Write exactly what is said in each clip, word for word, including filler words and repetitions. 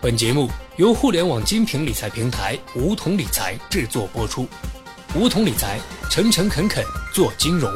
本节目由互联网精品理财平台梧桐理财制作播出。梧桐理财，诚诚恳恳做金融。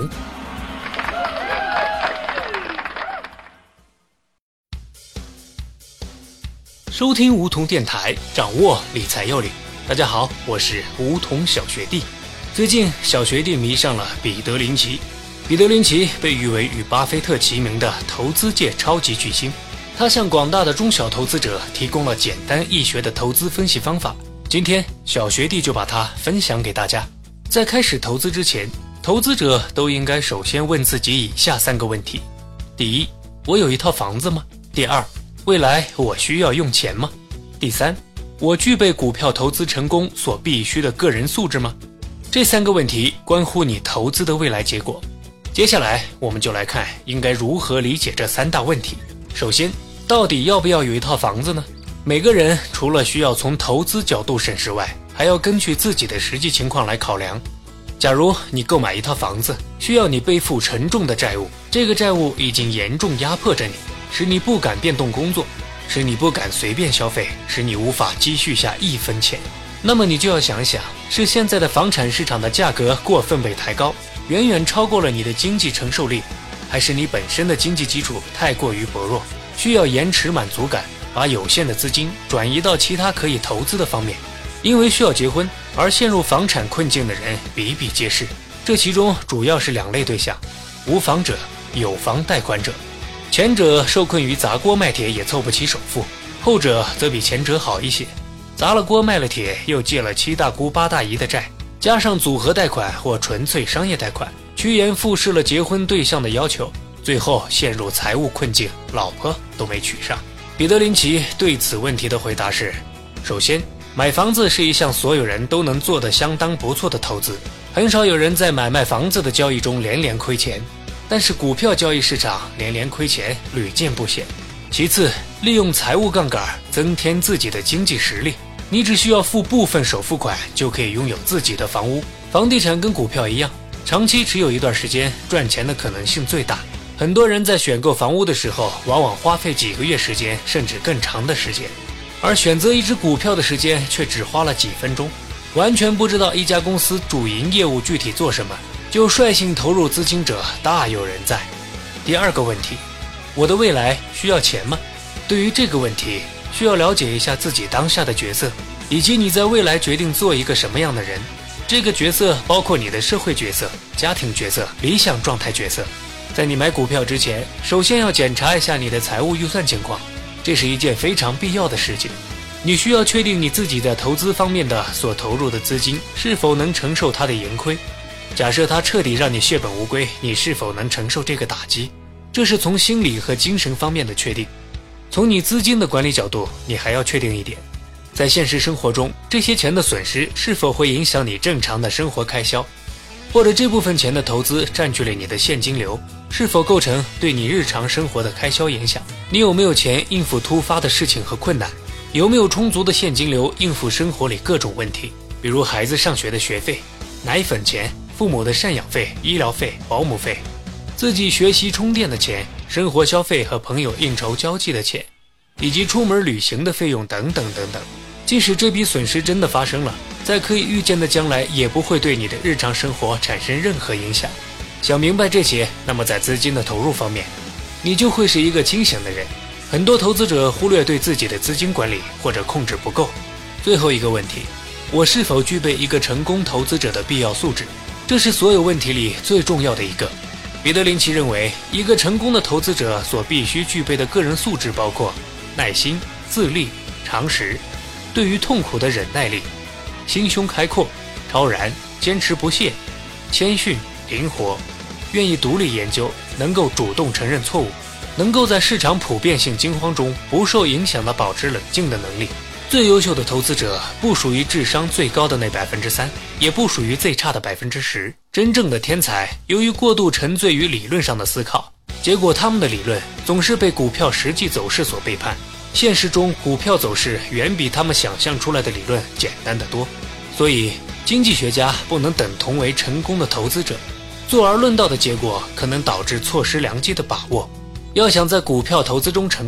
收听梧桐电台，掌握理财要领。大家好，我是梧桐小学弟。最近小学弟迷上了彼得林奇。彼得林奇被誉为与巴菲特齐名的投资界超级巨星，他向广大的中小投资者提供了简单易学的投资分析方法。今天小学弟就把它分享给大家。在开始投资之前，投资者都应该首先问自己以下三个问题：第一，我有一套房子吗？第二，未来我需要用钱吗？第三，我具备股票投资成功所必须的个人素质吗？这三个问题关乎你投资的未来结果。接下来我们就来看应该如何理解这三大问题。首先，到底要不要有一套房子呢？每个人除了需要从投资角度审视外，还要根据自己的实际情况来考量。假如你购买一套房子，需要你背负沉重的债务，这个债务已经严重压迫着你，使你不敢变动工作，使你不敢随便消费，使你无法积蓄下一分钱。那么你就要想想，是现在的房产市场的价格过分被抬高，远远超过了你的经济承受力，还是你本身的经济基础太过于薄弱，需要延迟满足感，把有限的资金转移到其他可以投资的方面。因为需要结婚而陷入房产困境的人比比皆是，这其中主要是两类对象：无房者、有房贷款者。前者受困于砸锅卖铁也凑不起首付，后者则比前者好一些，砸了锅卖了铁，又借了七大姑八大姨的债，加上组合贷款或纯粹商业贷款，趋炎附势了结婚对象的要求，最后陷入财务困境，老婆都没娶上。彼得林奇对此问题的回答是：首先，买房子是一项所有人都能做得相当不错的投资，很少有人在买卖房子的交易中连连亏钱，但是股票交易市场连连亏钱屡见不鲜。其次，利用财务杠杆增添自己的经济实力，你只需要付部分首付款就可以拥有自己的房屋。房地产跟股票一样，长期持有一段时间，赚钱的可能性最大。很多人在选购房屋的时候，往往花费几个月时间，甚至更长的时间，而选择一只股票的时间却只花了几分钟，完全不知道一家公司主营业务具体做什么，就率性投入资金者大有人在。第二个问题，我的未来需要钱吗？对于这个问题，需要了解一下自己当下的角色，以及你在未来决定做一个什么样的人。这个角色包括你的社会角色、家庭角色、理想状态角色。在你买股票之前，首先要检查一下你的财务预算情况，这是一件非常必要的事情。你需要确定你自己在投资方面的所投入的资金是否能承受它的盈亏。假设它彻底让你血本无归，你是否能承受这个打击？这是从心理和精神方面的确定。从你资金的管理角度，你还要确定一点，在现实生活中，这些钱的损失是否会影响你正常的生活开销，或者这部分钱的投资占据了你的现金流，是否构成对你日常生活的开销影响？你有没有钱应付突发的事情和困难？有没有充足的现金流应付生活里各种问题，比如孩子上学的学费、奶粉钱、父母的赡养费、医疗费、保姆费，自己学习充电的钱、生活消费和朋友应酬交际的钱，以及出门旅行的费用等等等等。即使这笔损失真的发生了，在可以预见的将来也不会对你的日常生活产生任何影响。想明白这些，那么在资金的投入方面，你就会是一个清醒的人。很多投资者忽略对自己的资金管理或者控制不够。最后一个问题，我是否具备一个成功投资者的必要素质？这是所有问题里最重要的一个。彼得林奇认为，一个成功的投资者所必须具备的个人素质包括耐心、自立、常识、对于痛苦的忍耐力、心胸开阔、超然、坚持不懈、谦逊、灵活、愿意独立研究、能够主动承认错误、能够在市场普遍性惊慌中不受影响地保持冷静的能力。最优秀的投资者不属于智商最高的那百分之三，也不属于最差的百分之十。真正的天才，由于过度沉醉于理论上的思考，结果他们的理论总是被股票实际走势所背叛。现实中，股票走势远比他们想象出来的理论简单得多。所以，经济学家不能等同为成功的投资者。坐而论道的结果可能导致错失良机的把握。要想在股票投资中成功，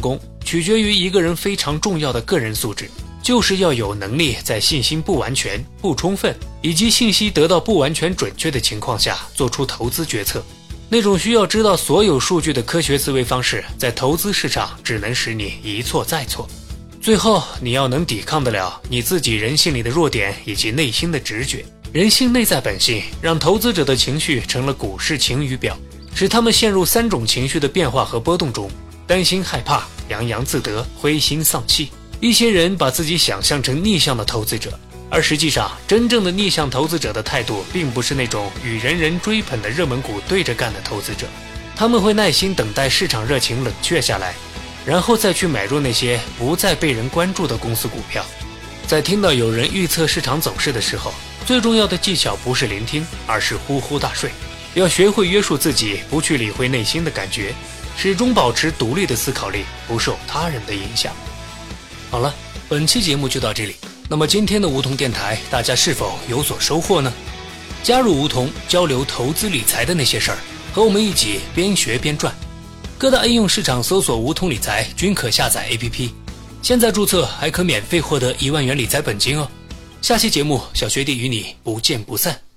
取决于一个人非常重要的个人素质，就是要有能力在信心不完全、不充分以及信息得到不完全准确的情况下做出投资决策。那种需要知道所有数据的科学思维方式，在投资市场只能使你一错再错。最后，你要能抵抗得了你自己人性里的弱点以及内心的直觉。人性内在本性让投资者的情绪成了股市晴雨表，使他们陷入三种情绪的变化和波动中：担心害怕、洋洋自得、灰心丧气。一些人把自己想象成逆向的投资者，而实际上真正的逆向投资者的态度并不是那种与人人追捧的热门股对着干的投资者，他们会耐心等待市场热情冷却下来，然后再去买入那些不再被人关注的公司股票。在听到有人预测市场走势的时候，最重要的技巧不是聆听，而是呼呼大睡。要学会约束自己，不去理会内心的感觉，始终保持独立的思考力，不受他人的影响。好了，本期节目就到这里。那么今天的梧桐电台，大家是否有所收获呢？加入梧桐，交流投资理财的那些事儿，和我们一起边学边赚。各大应用市场搜索梧桐理财均可下载 A P P， 现在注册还可免费获得一万元理财本金哦。下期节目，小学弟与你不见不散。